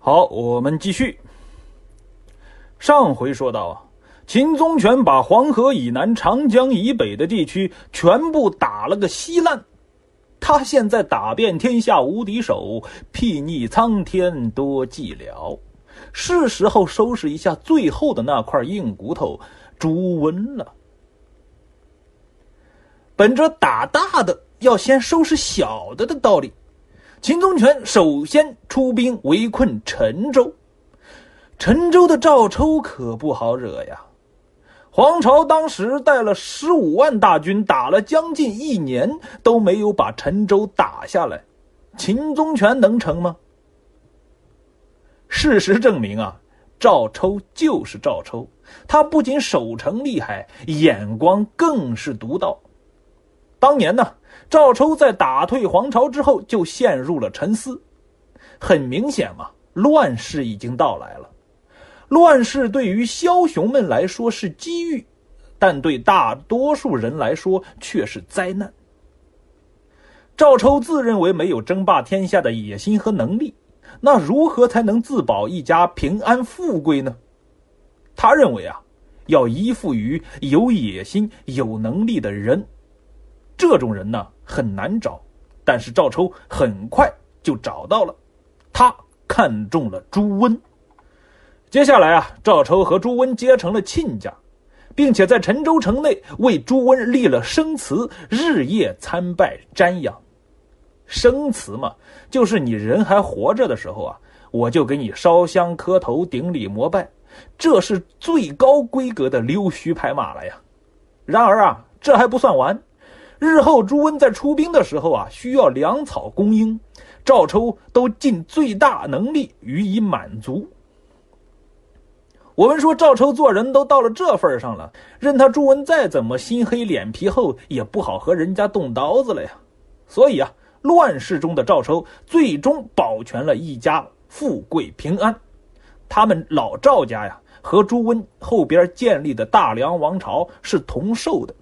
好，我们继续。上回说到啊，秦宗权把黄河以南、长江以北的地区全部打了个稀烂。他现在打遍天下无敌手，睥睨苍天多寂寥，是时候收拾一下最后的那块硬骨头朱温了。本着打大的要先收拾小的道理，秦宗权首先出兵围困陈州。陈州的赵抽可不好惹呀，黄巢当时带了15万大军，打了将近1年都没有把陈州打下来，秦宗权能成吗？事实证明啊，赵抽就是赵抽，他不仅守城厉害，眼光更是独到。当年呢，赵抽在打退黄巢之后就陷入了沉思。很明显嘛，乱世已经到来了。乱世对于枭雄们来说是机遇，但对大多数人来说却是灾难。赵抽自认为没有争霸天下的野心和能力，那如何才能自保一家平安富贵呢？他认为啊，要依附于有野心、有能力的人。这种人呢，很难找，但是赵抽很快就找到了，他看中了朱温。接下来啊，赵抽和朱温结成了亲家，并且在陈州城内为朱温立了生祠，日夜参拜瞻仰。生祠嘛，就是你人还活着的时候啊，我就给你烧香磕头顶礼膜拜，这是最高规格的溜须拍马了呀。然而啊，这还不算完，日后朱温在出兵的时候啊，需要粮草供应，赵抽都尽最大能力予以满足。我们说赵抽做人都到了这份上了，任他朱温再怎么心黑脸皮厚，也不好和人家动刀子了呀。所以啊，乱世中的赵抽最终保全了一家富贵平安。他们老赵家呀，和朱温后边建立的大梁王朝是同寿的。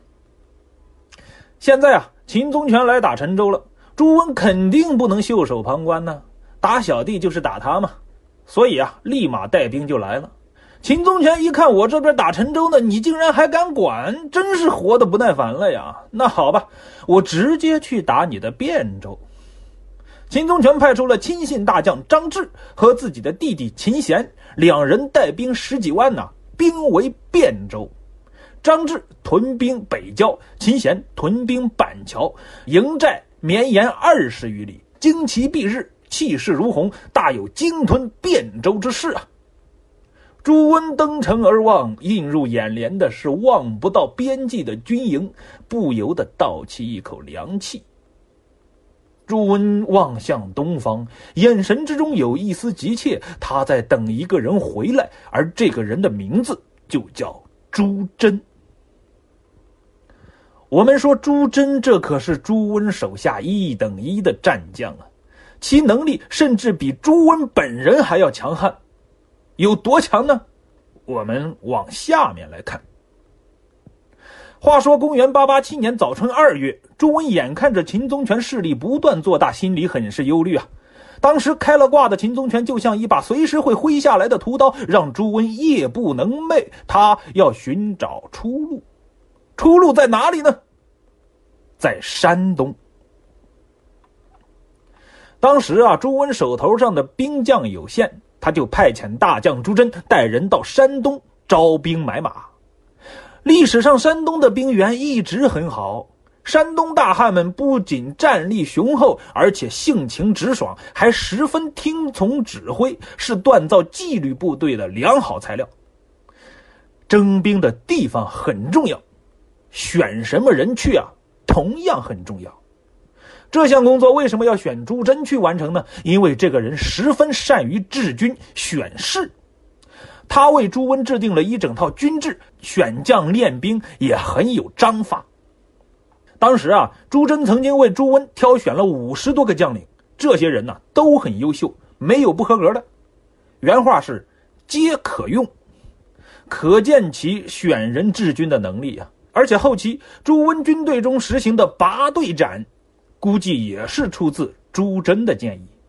现在啊，秦宗权来打陈州了，朱温肯定不能袖手旁观呢，打小弟就是打他嘛。所以啊，立马带兵就来了。秦宗权一看我这边打陈州呢，你竟然还敢管，真是活得不耐烦了呀。那好吧，我直接去打你的汴州。秦宗权派出了亲信大将张志和自己的弟弟秦贤，两人带兵10几万呢，兵围汴州。张志屯兵北郊，秦贤屯兵板桥，营寨绵延20余里，旌旗蔽日，气势如虹，大有鲸吞汴州之势啊。朱温登城而望，映入眼帘的是望不到边际的军营，不由得倒吸一口凉气。朱温望向东方，眼神之中有一丝急切，他在等一个人回来，而这个人的名字就叫朱桢。我们说朱桢这可是朱温手下1等1的战将啊，其能力甚至比朱温本人还要强悍。有多强呢？我们往下面来看。话说公元887年早春2月，朱温眼看着秦宗权势力不断做大，心里很是忧虑啊。当时开了挂的秦宗权就像一把随时会挥下来的屠刀，让朱温夜不能寐，他要寻找出路。出路在哪里呢？在山东。当时啊，朱温手头上的兵将有限，他就派遣大将朱桢带人到山东招兵买马。历史上山东的兵源一直很好，山东大汉们不仅战力雄厚，而且性情直爽，还十分听从指挥，是锻造纪律部队的良好材料。征兵的地方很重要，选什么人去啊，同样很重要。这项工作为什么要选朱桢去完成呢？因为这个人十分善于治军选士，他为朱温制定了一整套军制，选将练兵也很有章法。当时啊，朱桢曾经为朱温挑选了50多个将领，这些人呢都很优秀，没有不合格的。原话是皆可用，可见其选人治军的能力啊。而且后期朱温军队中实行的拔队斩，估计也是出自朱桢的建议。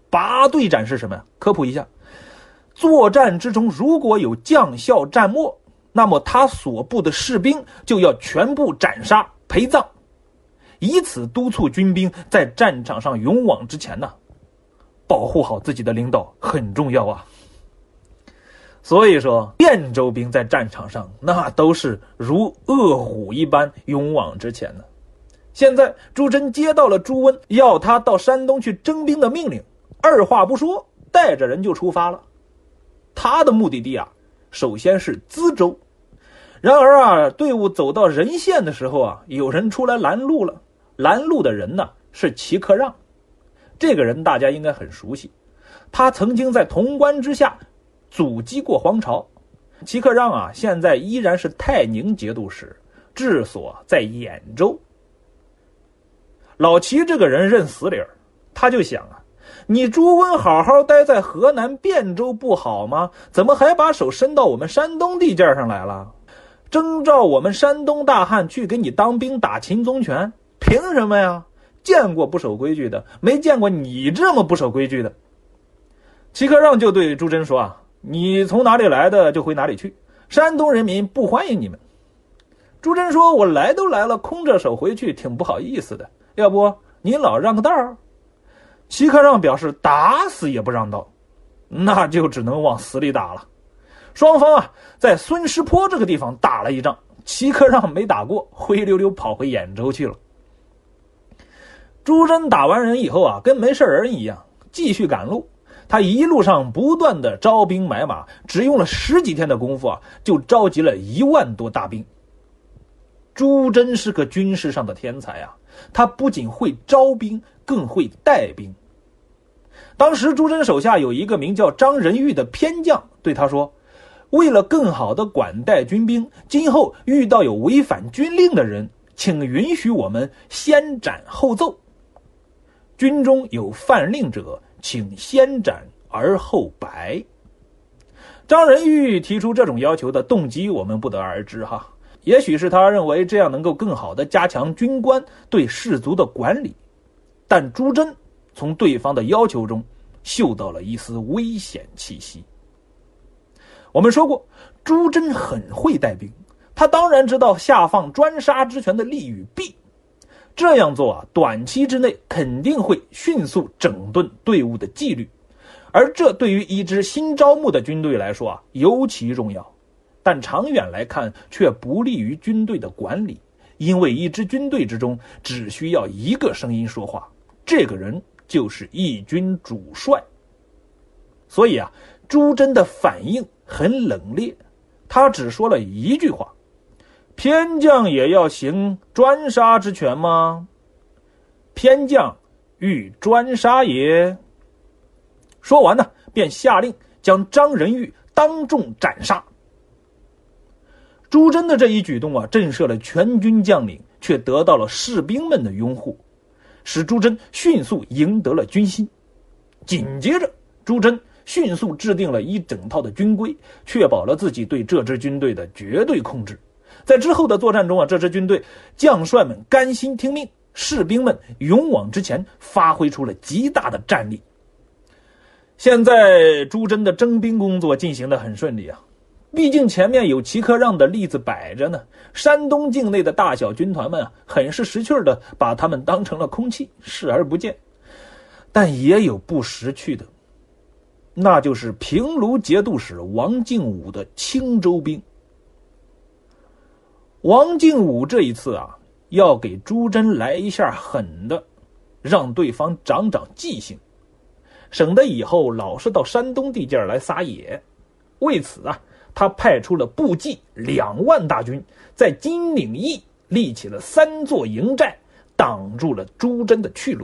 拔队斩是什么呀？科普一下，作战之中如果有将校战没，那么他所部的士兵就要全部斩杀陪葬，以此督促军兵在战场上勇往直前呢。保护好自己的领导很重要啊。所以说汴州兵在战场上那都是如饿虎一般勇往直前的。现在朱桢接到了朱温要他到山东去征兵的命令，二话不说带着人就出发了。他的目的地啊，首先是淄州。然而啊，队伍走到任县的时候啊，有人出来拦路了。拦路的人呢是齐克让，这个人大家应该很熟悉，他曾经在潼关之下阻击过黄巢。齐克让啊，现在依然是泰宁节度使，治所在兖州。老齐这个人认死理儿，他就想啊，你朱温好好待在河南汴州不好吗？怎么还把手伸到我们山东地界上来了？征召我们山东大汉去给你当兵打秦宗权，凭什么呀？见过不守规矩的，没见过你这么不守规矩的。齐克让就对朱桢说啊，你从哪里来的就回哪里去，山东人民不欢迎你们。朱桢说，我来都来了，空着手回去挺不好意思的，要不您老让个道。齐克让表示打死也不让道，那就只能往死里打了。双方啊，在孙师坡这个地方打了一仗，齐克让没打过，灰溜溜跑回兖州去了。朱桢打完人以后啊，跟没事人一样，继续赶路。他一路上不断的招兵买马，只用了10几天的功夫啊，就召集了1万多大兵。朱桢是个军事上的天才啊，他不仅会招兵，更会带兵。当时朱桢手下有一个名叫张仁玉的偏将，对他说，为了更好的管带军兵，今后遇到有违反军令的人，请允许我们先斩后奏。军中有犯令者，请先斩而后白。张仁玉提出这种要求的动机我们不得而知哈，也许是他认为这样能够更好地加强军官对士卒的管理，但朱桢从对方的要求中嗅到了一丝危险气息。我们说过，朱桢很会带兵，他当然知道下放专杀之权的利与弊。这样做啊，短期之内肯定会迅速整顿队伍的纪律，而这对于一支新招募的军队来说啊，尤其重要。但长远来看，却不利于军队的管理，因为一支军队之中只需要一个声音说话，这个人就是一军主帅。所以啊，朱桢的反应很冷冽，他只说了一句话，偏将也要行专杀之权吗？偏将欲专杀也。说完呢，便下令将张仁玉当众斩杀。朱桢的这一举动啊，震慑了全军将领，却得到了士兵们的拥护，使朱桢迅速赢得了军心。紧接着，朱桢迅速制定了一整套的军规，确保了自己对这支军队的绝对控制。在之后的作战中啊，这支军队将帅们甘心听命，士兵们勇往直前，发挥出了极大的战力。现在朱桢的征兵工作进行得很顺利啊，毕竟前面有齐克让的例子摆着呢，山东境内的大小军团们啊，很是识趣的把他们当成了空气，视而不见。但也有不识趣的，那就是平卢节度使王敬武的青州兵。王敬武这一次啊，要给朱桢来一下狠的，让对方长长记性，省得以后老是到山东地界来撒野。为此啊，他派出了步骑2万大军，在金岭驿立起了3座营寨，挡住了朱桢的去路。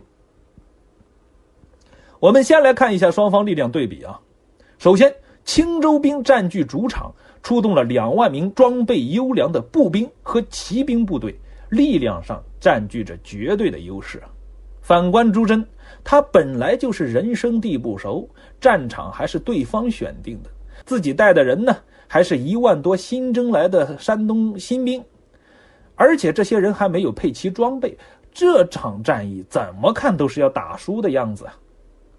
我们先来看一下双方力量对比啊。首先，青州兵占据主场，出动了2万名装备优良的步兵和骑兵部队，力量上占据着绝对的优势。反观朱桢，他本来就是人生地不熟，战场还是对方选定的，自己带的人呢，还是1万多新征来的山东新兵，而且这些人还没有配齐装备，这场战役怎么看都是要打输的样子啊。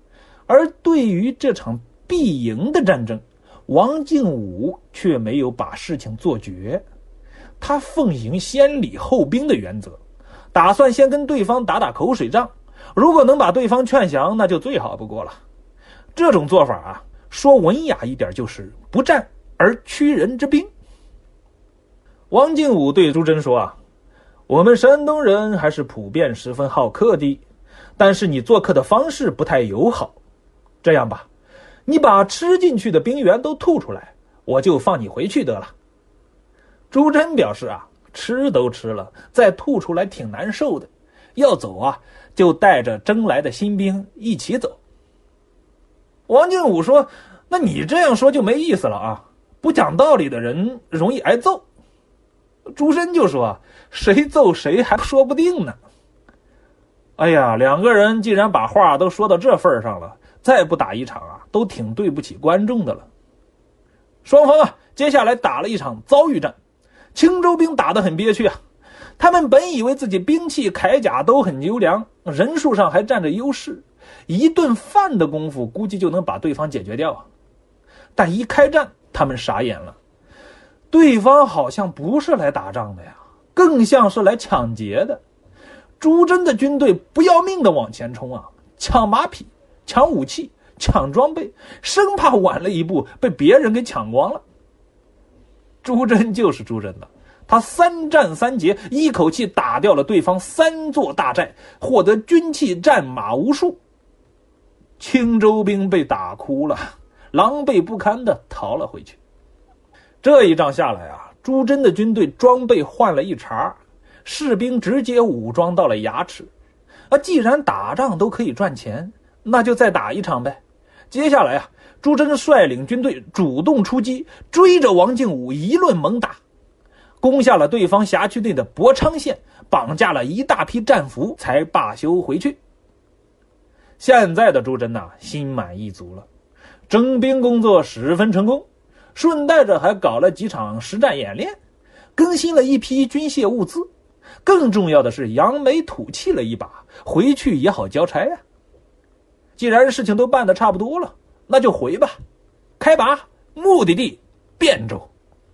而对于这场必赢的战争，王敬武却没有把事情做绝。他奉行先礼后兵的原则，打算先跟对方打打口水仗，如果能把对方劝降，那就最好不过了。这种做法啊，说文雅一点就是不战而屈人之兵。王敬武对朱桢说啊，我们山东人还是普遍十分好客的，但是你做客的方式不太友好。这样吧，你把吃进去的兵员都吐出来，我就放你回去得了。朱桢表示啊，吃都吃了，再吐出来挺难受的，要走啊，就带着征来的新兵一起走。王敬武说，那你这样说就没意思了啊，不讲道理的人容易挨揍。朱桢就说，谁揍谁还说不定呢。哎呀，两个人既然把话都说到这份上了，再不打一场啊，都挺对不起观众的了。双方啊，接下来打了一场遭遇战。青州兵打得很憋屈啊，他们本以为自己兵器铠甲都很优良，人数上还占着优势，一顿饭的功夫估计就能把对方解决掉啊。但一开战，他们傻眼了，对方好像不是来打仗的呀，更像是来抢劫的。朱桢的军队不要命的往前冲啊，抢马匹，抢武器，抢装备，生怕晚了一步被别人给抢光了。朱桢就是朱桢的，他3战3捷，一口气打掉了对方3座大寨，获得军器战马无数。青州兵被打哭了，狼狈不堪地逃了回去。这一仗下来啊，朱桢的军队装备换了一茬，士兵直接武装到了牙齿。既然打仗都可以赚钱，那就再打一场呗。接下来啊，朱桢率领军队主动出击，追着王敬武一顿猛打，攻下了对方辖区内的博昌县，绑架了一大批战俘，才罢休回去。现在的朱桢呐，心满意足了，征兵工作十分成功，顺带着还搞了几场实战演练，更新了一批军械物资，更重要的是扬眉吐气了一把，回去也好交差呀。既然事情都办得差不多了，那就回吧。开拔，目的地汴州。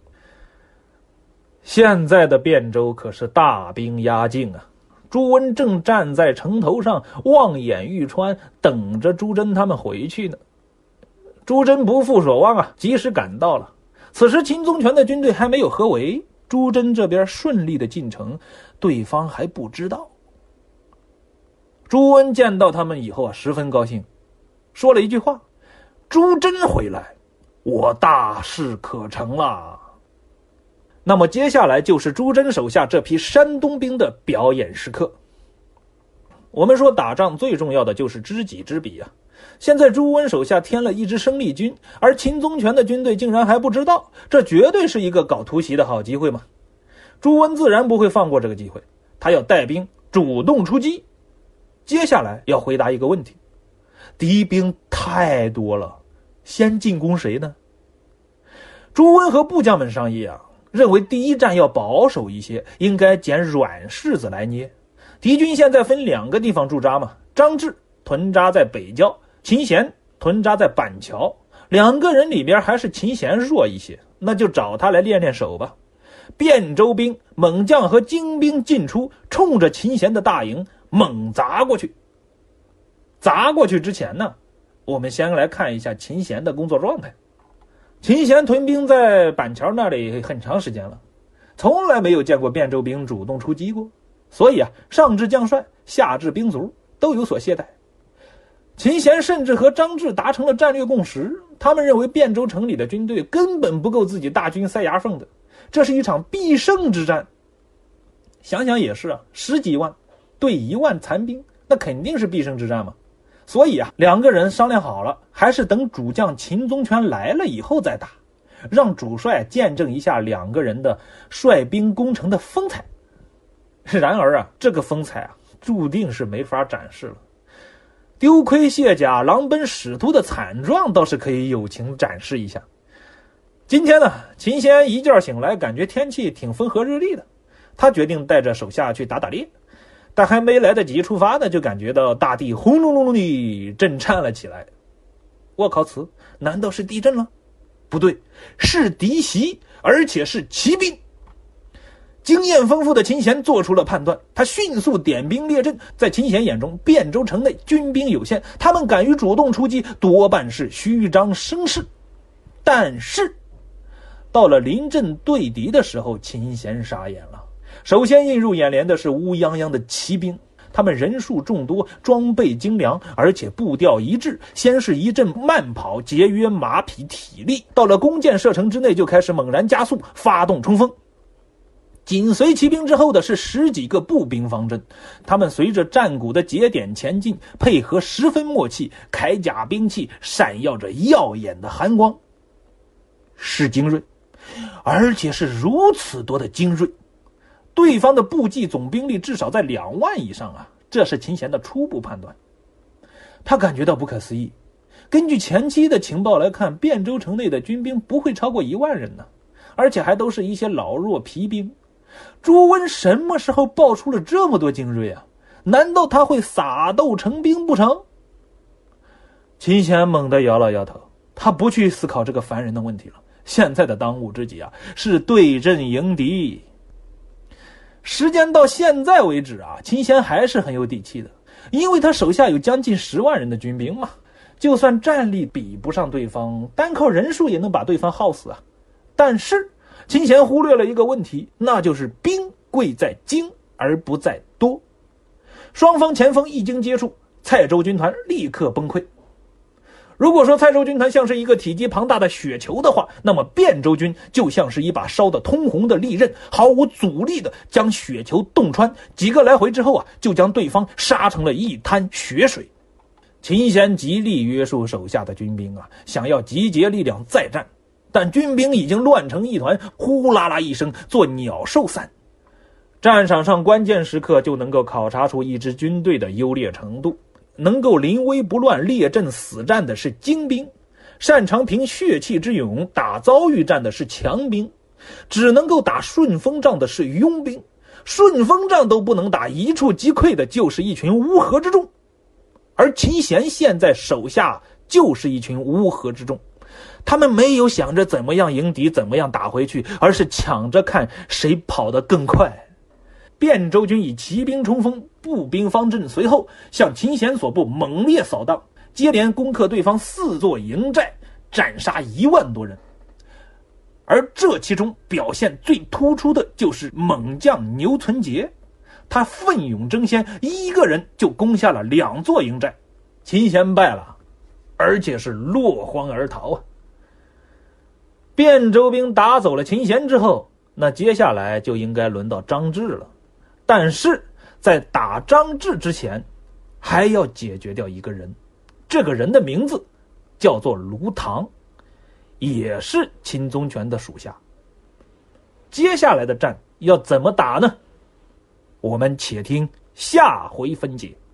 现在的汴州可是大兵压境啊，朱温正站在城头上望眼欲穿，等着朱桢他们回去呢。朱桢不负所望啊，及时赶到了。此时秦宗权的军队还没有合围，朱桢这边顺利的进城，对方还不知道。朱温见到他们以后啊，十分高兴，说了一句话，朱桢回来，我大事可成了。那么接下来就是朱桢手下这批山东兵的表演时刻。我们说打仗最重要的就是知己知彼啊，现在朱温手下添了一支生力军，而秦宗权的军队竟然还不知道，这绝对是一个搞突袭的好机会嘛。朱温自然不会放过这个机会，他要带兵主动出击。接下来要回答一个问题，敌兵太多了，先进攻谁呢？朱温和部将们商议啊，认为第一战要保守一些，应该捡软柿子来捏。敌军现在分2个地方驻扎嘛，张志屯扎在北郊，秦贤屯扎在板桥，2个人里边还是秦贤弱一些，那就找他来练练手吧。汴州兵猛将和精兵进出，冲着秦贤的大营猛砸过去。砸过去之前呢，我们先来看一下秦贤的工作状态。秦贤屯兵在板桥那里很长时间了，从来没有见过汴州兵主动出击过，所以啊，上至将帅，下至兵卒都有所懈怠。秦贤甚至和张志达成了战略共识，他们认为汴州城里的军队根本不够自己大军塞牙缝的，这是一场必胜之战。想想也是啊，10几万对1万残兵，那肯定是必胜之战嘛。所以啊，2个人商量好了，还是等主将秦宗权来了以后再打，让主帅见证一下2个人的率兵攻城的风采。然而啊，这个风采啊，注定是没法展示了。丢盔卸甲、狼奔使突的惨状倒是可以友情展示一下。今天呢，秦贤一觉醒来，感觉天气挺风和日丽的，他决定带着手下去打打猎。但还没来得及出发呢，就感觉到大地轰隆隆隆地震颤了起来， 我靠此，难道是地震了？不对，是敌袭，而且是骑兵。经验丰富的秦贤做出了判断，他迅速点兵列阵。在秦贤眼中，汴州城内军兵有限，他们敢于主动出击，多半是虚张声势。但是到了临阵对敌的时候，秦贤傻眼了。首先映入眼帘的是乌泱泱的骑兵，他们人数众多，装备精良，而且步调一致。先是一阵慢跑，节约马匹体力，到了弓箭射程之内就开始猛然加速，发动冲锋。紧随骑兵之后的是10几个步兵方阵，他们随着战鼓的节点前进，配合十分默契，铠甲兵器闪耀着耀眼的寒光。是精锐，而且是如此多的精锐。对方的步骑总兵力至少在2万以上啊，这是秦贤的初步判断。他感觉到不可思议，根据前期的情报来看，汴州城内的军兵不会超过1万人呢，而且还都是一些老弱疲兵。朱温什么时候爆出了这么多精锐啊？难道他会撒豆成兵不成？秦贤猛地摇了摇头，他不去思考这个烦人的问题了。现在的当务之急啊，是对阵迎敌。时间到现在为止啊，秦贤还是很有底气的，因为他手下有将近10万人的军兵嘛，就算战力比不上对方，单靠人数也能把对方耗死啊。但是秦贤忽略了一个问题，那就是兵贵在精而不在多。双方前锋一经接触，蔡州军团立刻崩溃。如果说蔡州军团像是一个体积庞大的雪球的话，那么汴州军就像是一把烧得通红的利刃，毫无阻力的将雪球洞穿，几个来回之后啊，就将对方杀成了一滩血水。秦贤极力约束手下的军兵啊，想要集结力量再战，但军兵已经乱成一团，呼啦啦一声，做鸟兽散。战场上关键时刻就能够考察出一支军队的优劣程度。能够临危不乱列阵死战的是精兵，擅长凭血气之勇打遭遇战的是强兵，只能够打顺风仗的是庸兵，顺风仗都不能打，一触即溃的就是一群乌合之众。而秦贤现在手下就是一群乌合之众，他们没有想着怎么样迎敌，怎么样打回去，而是抢着看谁跑得更快。汴州军以骑兵冲锋，步兵方阵随后，向秦贤所部猛烈扫荡，接连攻克对方4座营寨，斩杀1万多人。而这其中表现最突出的就是猛将牛存杰，他奋勇争先，一个人就攻下了2座营寨。秦贤败了，而且是落荒而逃啊！汴州兵打走了秦贤之后，那接下来就应该轮到张智了。但是在打张智之前，还要解决掉一个人，这个人的名字叫做卢唐，也是秦宗权的属下。接下来的战要怎么打呢？我们且听下回分解。